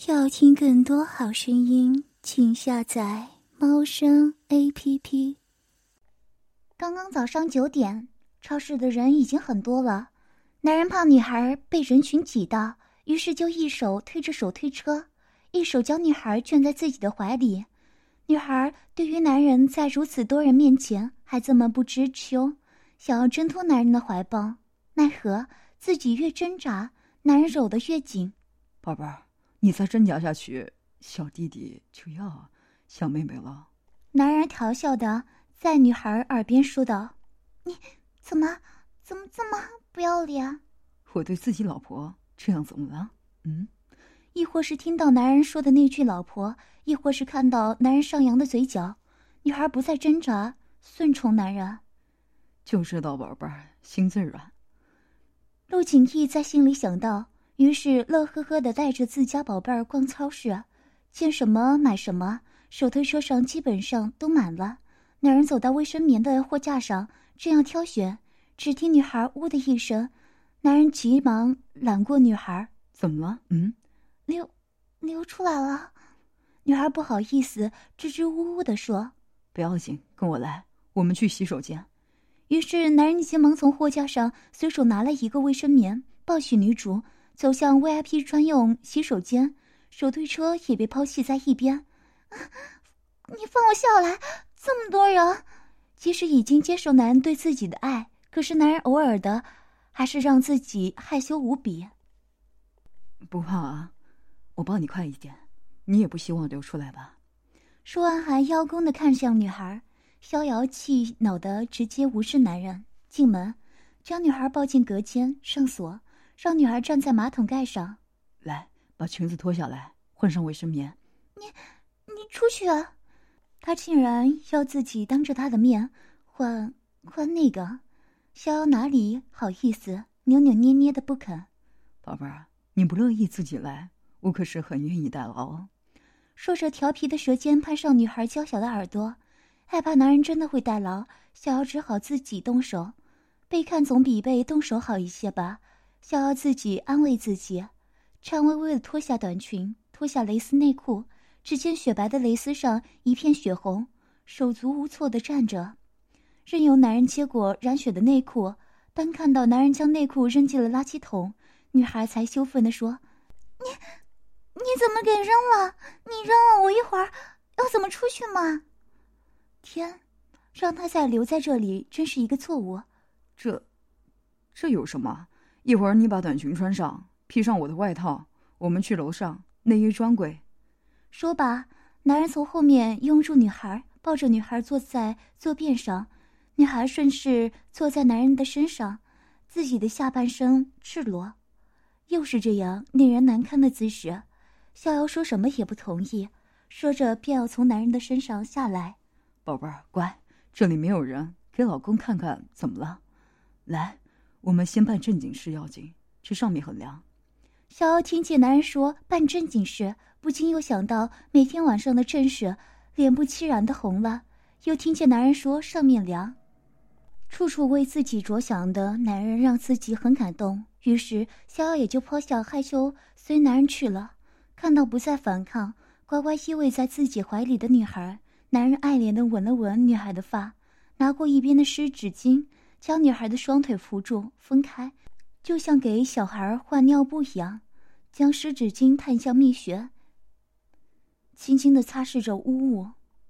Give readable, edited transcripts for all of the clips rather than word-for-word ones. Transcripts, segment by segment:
要听更多好声音，请下载猫声 APP。 刚刚早上9点，超市的人已经很多了。男人怕女孩被人群挤到，于是就一手推着手推车，一手将女孩卷在自己的怀里。女孩对于男人在如此多人面前还这么不知羞，想要挣脱男人的怀抱，奈何自己越挣扎，男人搂得越紧。 宝贝儿，你再挣扎下去，小弟弟就要小妹妹了。 男人调笑地在女孩耳边说道：“你怎么这么不要脸？ 我对自己老婆这样怎么了？ 亦或是听到男人说的那句老婆，亦或是看到男人上扬的嘴角，女孩不再挣扎，顺从男人。 就知道宝贝儿心最软。 陆景逸在心里想到，于是乐呵呵地带着自家宝贝儿逛超市，见什么买什么，手推车上基本上都满了。男人走到卫生棉的货架上，正要挑选，只听女孩呜的一声，男人急忙揽过女孩。 怎么了？ 流出来了。女孩不好意思支支吾吾地说：“ 不要紧，跟我来，我们去洗手间。” 于是男人急忙从货架上随手拿了一个卫生棉，抱起女主走向 VIP 专用洗手间，手推车也被抛弃在一边。你放我下来，这么多人。即使已经接受男人对自己的爱，可是男人偶尔的还是让自己害羞无比。 不怕啊，我抱你快一点，你也不希望流出来吧？ 说完还邀功地看向女孩，逍遥气恼地直接无视男人，进门将女孩抱进隔间上锁，让女孩站在马桶盖上。 来，把裙子脱下来，换上卫生棉。 你出去啊！他竟然要自己当着他的面换那个，逍遥哪里好意思，扭扭捏捏的不肯。 宝贝儿，你不乐意自己来，我可是很愿意代劳哦。 说着调皮的舌尖攀上女孩娇小的耳朵，害怕男人真的会代劳，逍遥只好自己动手。被看总比被动手好一些吧，逍遥自己安慰自己，颤巍巍地脱下短裙，脱下蕾丝内裤，只见雪白的蕾丝上一片血红，手足无措地站着，任由男人接过染血的内裤。当看到男人将内裤扔进了垃圾桶，女孩才羞愤地说：“你怎么给扔了？你扔了我一会儿要怎么出去嘛？”天，让他再留在这里真是一个错误。 这有什么？一会儿你把短裙穿上，披上我的外套，我们去楼上内衣专柜。 说罢，男人从后面拥住女孩，抱着女孩坐在坐便上，女孩顺势坐在男人的身上，自己的下半身赤裸。又是这样令人难堪的姿势，逍遥说什么也不同意，说着便要从男人的身上下来。 宝贝儿，乖，这里没有人，给老公看看怎么了？来，我们先办正经事要紧，这上面很凉。 逍遥听见男人说办正经事，不禁又想到每天晚上的正事，脸不期然的红了。又听见男人说上面凉，处处为自己着想的男人让自己很感动，于是逍遥也就抛下害羞随男人去了。看到不再反抗，乖乖依偎在自己怀里的女孩，男人爱怜地吻了吻女孩的发，拿过一边的湿纸巾，将女孩的双腿扶住分开，就像给小孩换尿布一样，将湿纸巾探向蜜穴，轻轻地擦拭着污物。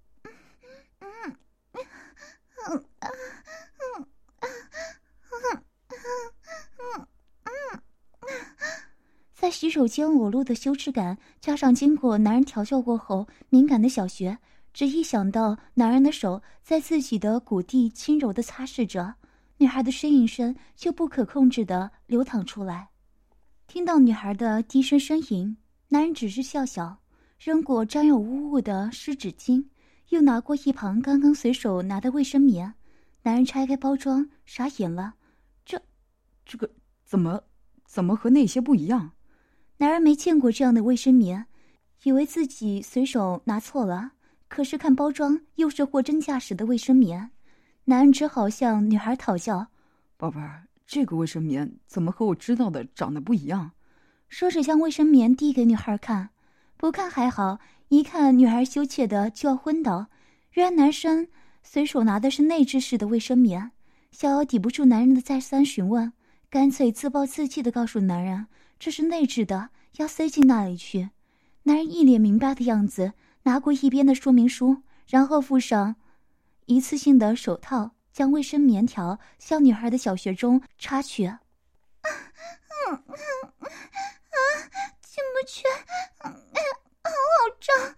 在洗手间裸露的羞耻感，加上经过男人调教过后敏感的小穴，只一想到男人的手在自己的谷地轻柔地擦拭着，女孩的呻吟声就不可控制地流淌出来。听到女孩的低声呻吟，男人只是笑笑，扔过沾有污物的湿纸巾，又拿过一旁刚刚随手拿的卫生棉。男人拆开包装，傻眼了， 这个怎么和那些不一样？ 男人没见过这样的卫生棉，以为自己随手拿错了，可是看包装又是货真价实的卫生棉。男人只好向女孩讨教：“ 宝贝儿，这个卫生棉怎么和我知道的长得不一样？” 说着将卫生棉递给女孩看， 不看还好，一看女孩羞怯的就要昏倒。原来男生随手拿的是内置式的卫生棉。逍遥抵不住男人的再三询问，干脆自暴自弃地告诉男人这是内置的，要塞进那里去。男人一脸明白的样子，拿过一边的说明书，然后附上一次性的手套，将卫生棉条向女孩的小穴中插去。进不去，好胀。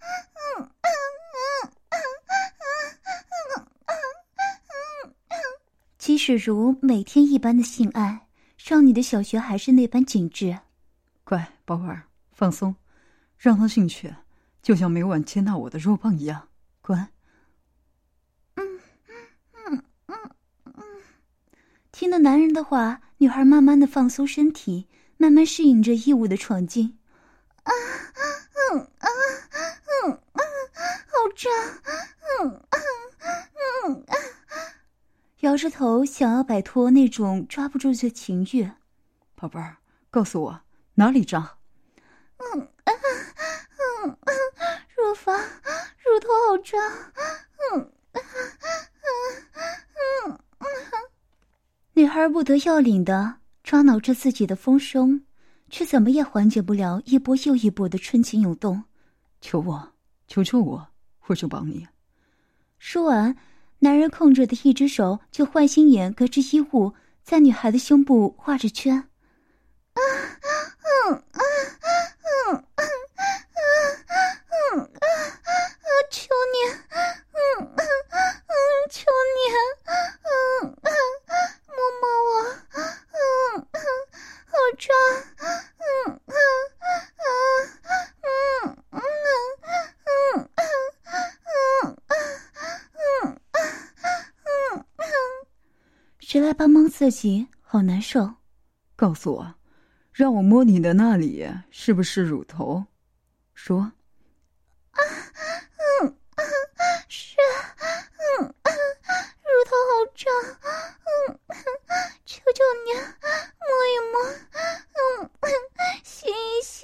即使如每天一般的性爱，少女的小穴还是那般紧致。 乖，宝贝儿，放松，让他进去，就像每晚接纳我的肉棒一样，乖。 听了男人的话，女孩慢慢的放松身体，慢慢适应着异物的闯进。好胀。摇着头想要摆脱那种抓不住的情欲。 宝贝儿，告诉我哪里胀？ 乳房、乳头好胀。女孩不得要领的抓挠着自己的丰胸，却怎么也缓解不了一波又一波的春情涌动。 求我，求求我，我就帮你。 说完，男人控制的一只手就坏心眼隔着衣物在女孩的胸部画着圈。求你，求你，摸摸我，好胀，谁来帮帮自己？好难受。 告诉我，让我摸你的那里是不是乳头？说。 是，乳头好胀，求求你摸一摸，洗一洗。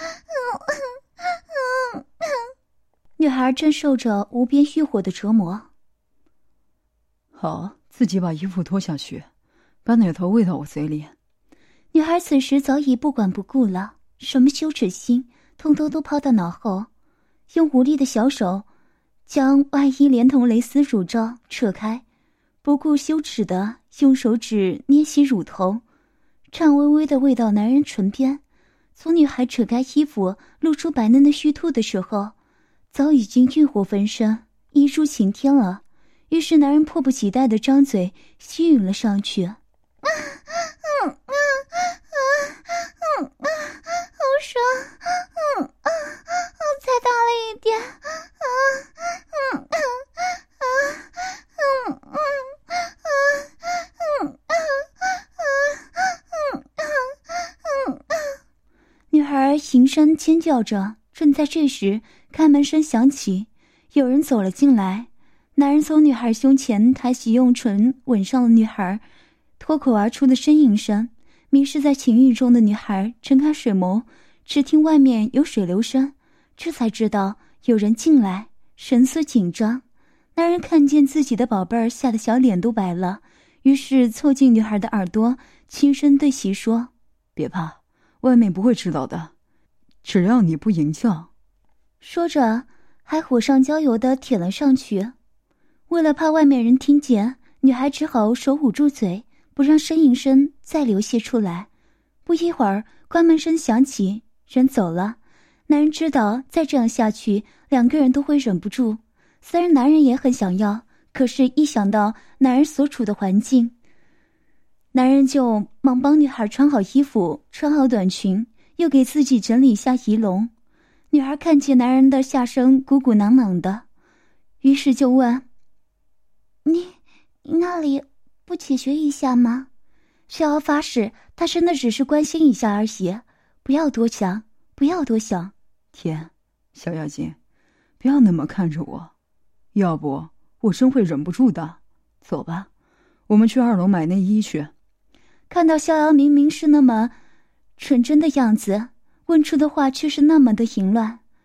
女孩正受着无边欲火的折磨。 好，自己把衣服脱下去，把奶头喂到我嘴里。 女孩此时早已不管不顾了，什么羞耻心通通都抛到脑后，用无力的小手将外衣连同蕾丝乳罩扯开，不顾羞耻的用手指捏起乳头，颤巍巍地喂到男人唇边。从女孩扯开衣服露出白嫩的虚兔的时候，早已经欲火焚身，一如晴天了。于是男人迫不及待地张嘴吸吮了上去。好爽，再大力一点。女孩形声尖叫着。正在这时，开门声响起，有人走了进来。男人从女孩胸前抬起，用唇吻上了女孩，脱口而出的呻吟声。迷失在情欲中的女孩睁开水眸，只听外面有水流声，这才知道有人进来，神色紧张。男人看见自己的宝贝儿，吓得小脸都白了，于是凑近女孩的耳朵，轻声对其说： 别怕，外面不会知道的，只要你不淫叫。 说着还火上浇油地舔了上去。为了怕外面人听见，女孩只好手捂住嘴，不让呻吟声再流泻出来。不一会儿，关门声响起，人走了。男人知道再这样下去，两个人都会忍不住。虽然男人也很想要，可是一想到男人所处的环境，男人就忙帮女孩穿好衣服，穿好短裙，又给自己整理一下仪容。女孩看见男人的下身鼓鼓囊囊的，于是就问：你那里不解决一下吗？逍遥发誓，他真的只是关心一下而已，不要多想，不要多想。 天，小妖精，不要那么看着我，要不我真会忍不住的。走吧，我们去2楼买内衣去。 看到逍遥明明是那么纯真的样子，问出的话却是那么的淫乱，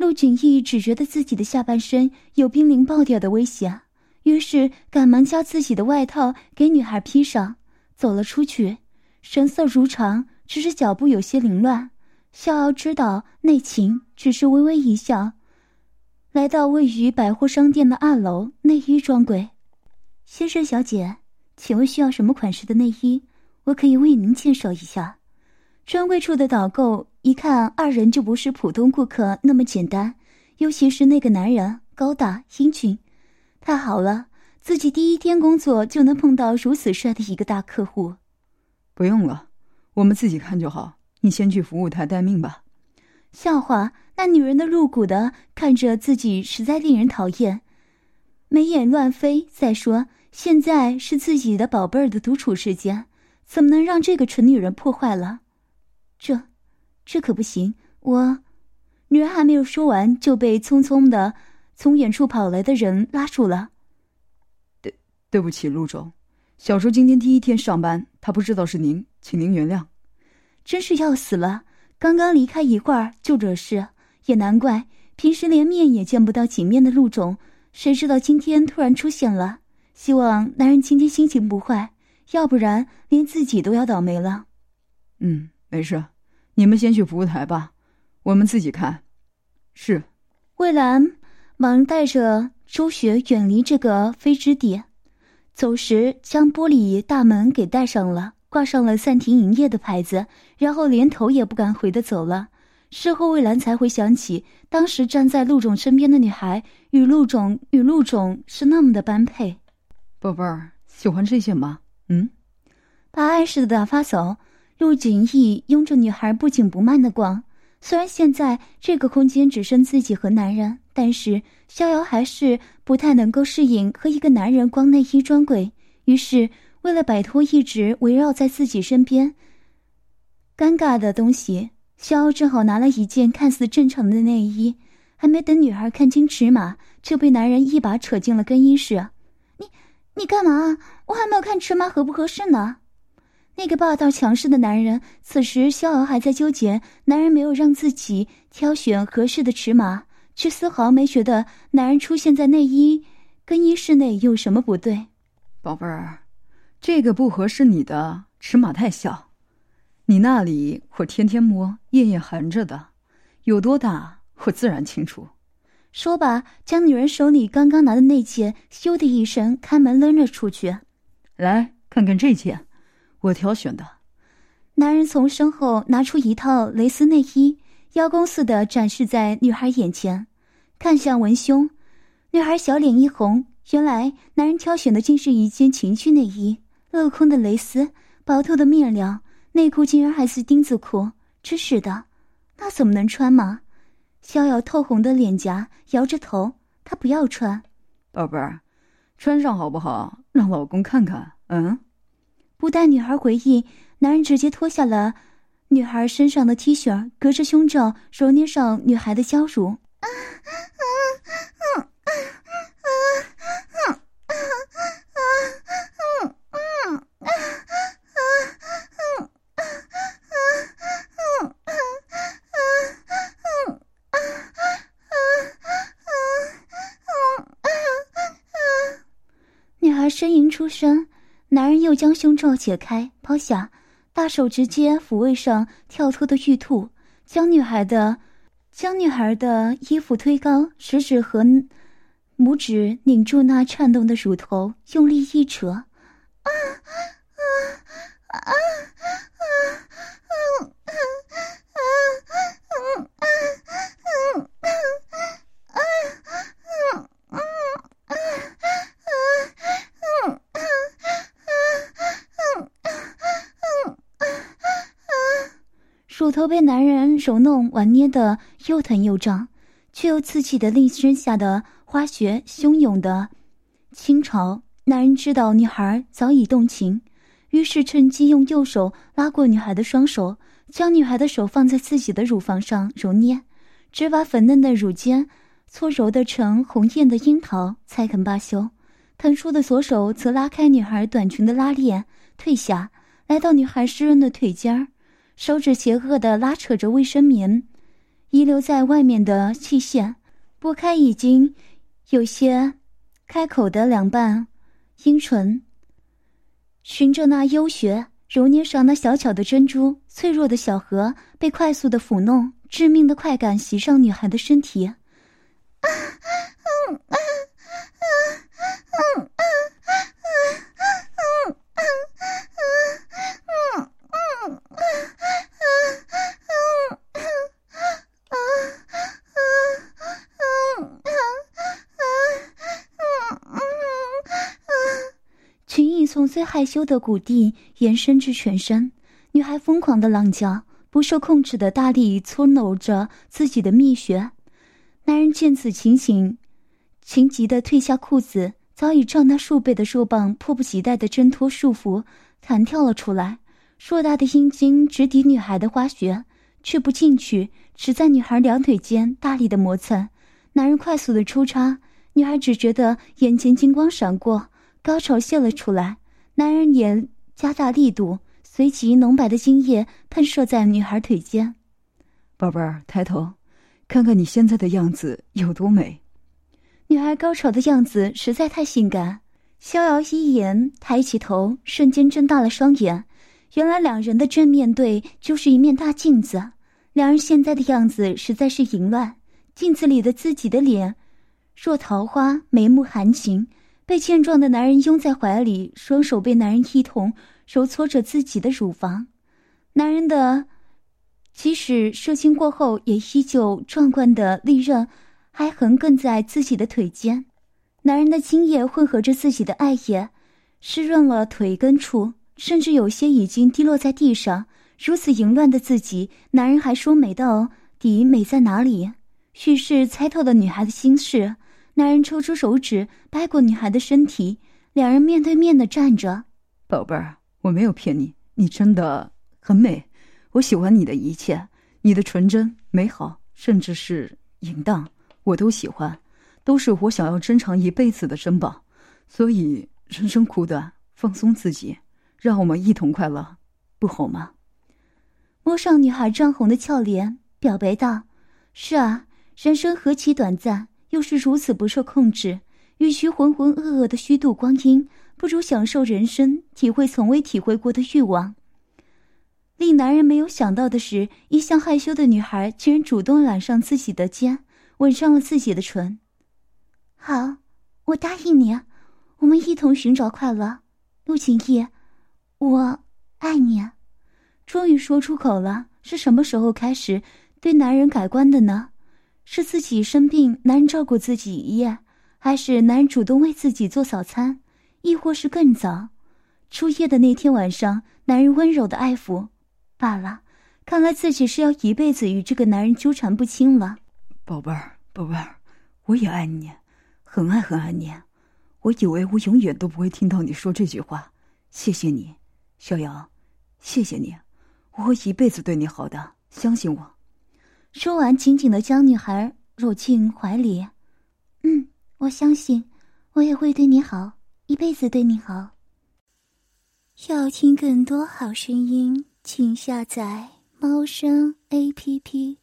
陆景逸只觉得自己的下半身有濒临爆掉的危险，于是赶忙将自己的外套给女孩披上，走了出去，神色如常，只是脚步有些凌乱。逍遥知道内情，只是微微一笑，来到位于百货商店的2楼内衣专柜。先生小姐，请问需要什么款式的内衣？我可以为您介绍一下。专柜处的导购一看2人就不是普通顾客那么简单，尤其是那个男人高大英俊，太好了，自己第一天工作就能碰到如此帅的一个大客户。 不用了，我们自己看就好，你先去服务台待命吧。 笑话，那女人的露骨的看着自己实在令人讨厌，眉眼乱飞。再说现在是自己的宝贝儿的独处时间，怎么能让这个蠢女人破坏了？这可不行！女人还没有说完，就被匆匆的从远处跑来的人拉住了。 对不起，陆总，小周今天第一天上班，他不知道是您，请您原谅。 真是要死了，刚刚离开一会儿就惹事，也难怪，平时连面也见不到几面的陆总，谁知道今天突然出现了。希望男人今天心情不坏，要不然连自己都要倒霉了。 没事，你们先去服务台吧，我们自己看。是。 魏兰忙带着周雪远离这个非之地，走时将玻璃大门给带上了，挂上了暂停营业的牌子，然后连头也不敢回地走了。事后魏兰才回想起，当时站在陆总身边的女孩与陆总是那么的般配。 宝贝儿，喜欢这些吗？ 把碍事的打发走，陆景逸拥着女孩不紧不慢地逛。虽然现在这个空间只剩自己和男人，但是逍遥还是不太能够适应和一个男人逛内衣专柜，于是为了摆脱一直围绕在自己身边尴尬的东西，逍遥正好拿了一件看似正常的内衣，还没等女孩看清尺码，就被男人一把扯进了更衣室。你干嘛？我还没有看尺码合不合适呢。那个霸道强势的男人，此时逍遥还在纠结男人没有让自己挑选合适的尺码，却丝毫没觉得男人出现在更衣室内有什么不对。 宝贝儿，这个不合适你的，尺码太小，你那里我天天摸，夜夜含着的，有多大我自然清楚。 说罢，将女人手里刚刚拿的那件咻的一声开门扔了出去。 来看看这件，我挑选的。 男人从身后拿出一套蕾丝内衣，邀功似的展示在女孩眼前。看向文胸，女孩小脸一红，原来男人挑选的竟是一件情趣内衣，镂空的蕾丝，薄透的面料，内裤竟然还是丁字裤，真是的，那怎么能穿吗？逍遥透红的脸颊，摇着头，他不要穿。 宝贝儿，穿上好不好？让老公看看。 不待女孩回应，男人直接脱下了女孩身上的 T 恤，隔着胸罩揉捏上女孩的娇乳。女孩呻吟出声，男人又将胸罩解开抛下，大手直接抚慰上跳脱的玉兔，将女孩的衣服推高，食指和拇指拧住那颤动的乳头，用力一扯。乳头被男人揉弄玩捏得又疼又胀，却又刺激的令身下的花穴汹涌的倾潮。男人知道女孩早已动情，于是趁机用右手拉过女孩的双手，将女孩的手放在自己的乳房上揉捏，只把粉嫩的乳尖搓揉得成红艳的樱桃才肯罢休。腾出的左手则拉开女孩短裙的拉链，退下来到女孩湿润的腿尖儿，手指邪恶地拉扯着卫生棉， 遗留在外面的气线，拨开已经有些开口的两瓣阴唇，循着那幽穴揉捏上那小巧的珍珠，脆弱的小河被快速的抚弄，致命的快感袭上女孩的身体。群意从最害羞的谷地延伸至全身，女孩疯狂的浪叫，不受控制的大力搓揉着自己的蜜穴。男人见此情形，情急地褪下裤子，早已胀大数倍的肉棒迫不及待地挣脱束缚，弹跳了出来。硕大的阴茎直抵女孩的花穴，却不进去，只在女孩两腿间大力的磨蹭。男人快速的抽插，女孩只觉得眼前金光闪过，高潮泄了出来。男人也加大力度，随即浓白的精液喷射在女孩腿间。 宝贝儿，抬头看看你现在的样子有多美。 女孩高潮的样子实在太性感，逍遥一言抬起头，瞬间睁大了双眼。原来两人的正面对就是一面大镜子，两人现在的样子实在是淫乱。镜子里的自己的脸若桃花，眉目含情，被健壮的男人拥在怀里，双手被男人一同揉搓着自己的乳房。男人的即使射精过后也依旧壮观的利刃还横亘在自己的腿间，男人的精液混合着自己的爱液，湿润了腿根处，甚至有些已经滴落在地上。如此淫乱的自己，男人还说美到底美在哪里？蓄势猜透了女孩的心事，男人抽出手指掰过女孩的身体，两人面对面的站着。 宝贝儿，我没有骗你，你真的很美，我喜欢你的一切，你的纯真、美好，甚至是淫荡，我都喜欢，都是我想要珍藏一辈子的珍宝。所以人生苦短，放松自己，让我们一同快乐，不好吗？ 摸上女孩涨红的俏脸，表白道：是啊，人生何其短暂，又是如此不受控制，与其浑浑噩噩的虚度光阴，不如享受人生，体会从未体会过的欲望。令男人没有想到的是，一向害羞的女孩竟然主动揽上自己的肩，吻上了自己的唇。好，我答应你，我们一同寻找快乐。陆景逸，我爱你。终于说出口了，是什么时候开始对男人改观的呢？是自己生病，男人照顾自己一夜，还是男人主动为自己做早餐，亦或是更早？初夜的那天晚上，男人温柔的爱抚罢了，看来自己是要一辈子与这个男人纠缠不清了。 宝贝儿，宝贝儿，我也爱你，很爱很爱你。我以为我永远都不会听到你说这句话，谢谢你，逍遥，谢谢你，我会一辈子对你好的，相信我。 说完，紧紧地将女孩搂进怀里。我相信，我也会对你好，一辈子对你好。 要听更多好声音，请下载猫声 APP。